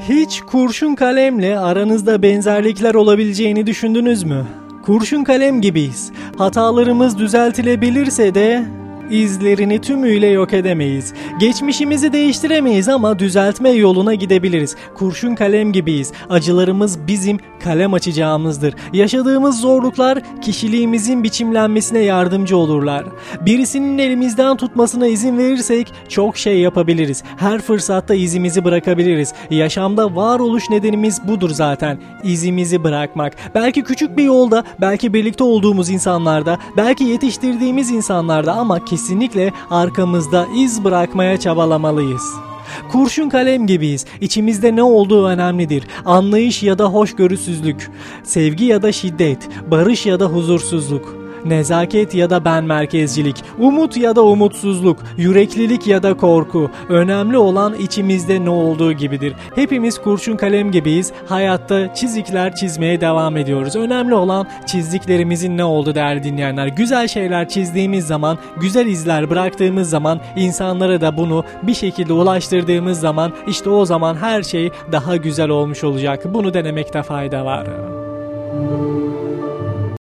Hiç kurşun kalemle aranızda benzerlikler olabileceğini düşündünüz mü? Kurşun kalem gibiyiz. Hatalarımız düzeltilebilirse de izlerini tümüyle yok edemeyiz. Geçmişimizi değiştiremeyiz ama düzeltme yoluna gidebiliriz. Kurşun kalem gibiyiz. Acılarımız bizim kalem açacağımızdır. Yaşadığımız zorluklar kişiliğimizin biçimlenmesine yardımcı olurlar. Birisinin elimizden tutmasına izin verirsek çok şey yapabiliriz. Her fırsatta izimizi bırakabiliriz. Yaşamda varoluş nedenimiz budur zaten. İzimizi bırakmak. Belki küçük bir yolda, belki birlikte olduğumuz insanlarda, belki yetiştirdiğimiz insanlarda ama kesinlikle arkamızda iz bırakmaya çabalamalıyız. Kurşun kalem gibiyiz. İçimizde ne olduğu önemlidir. Anlayış ya da hoşgörüsüzlük, sevgi ya da şiddet, barış ya da huzursuzluk, nezaket ya da ben merkezcilik, umut ya da umutsuzluk, yüreklilik ya da korku. Önemli olan içimizde ne olduğu gibidir. Hepimiz kurşun kalem gibiyiz. Hayatta çizikler çizmeye devam ediyoruz. Önemli olan çizdiklerimizin ne oldu değerli dinleyenler. Güzel şeyler çizdiğimiz zaman, güzel izler bıraktığımız zaman, insanlara da bunu bir şekilde ulaştırdığımız zaman işte o zaman her şey daha güzel olmuş olacak. Bunu denemekte fayda var.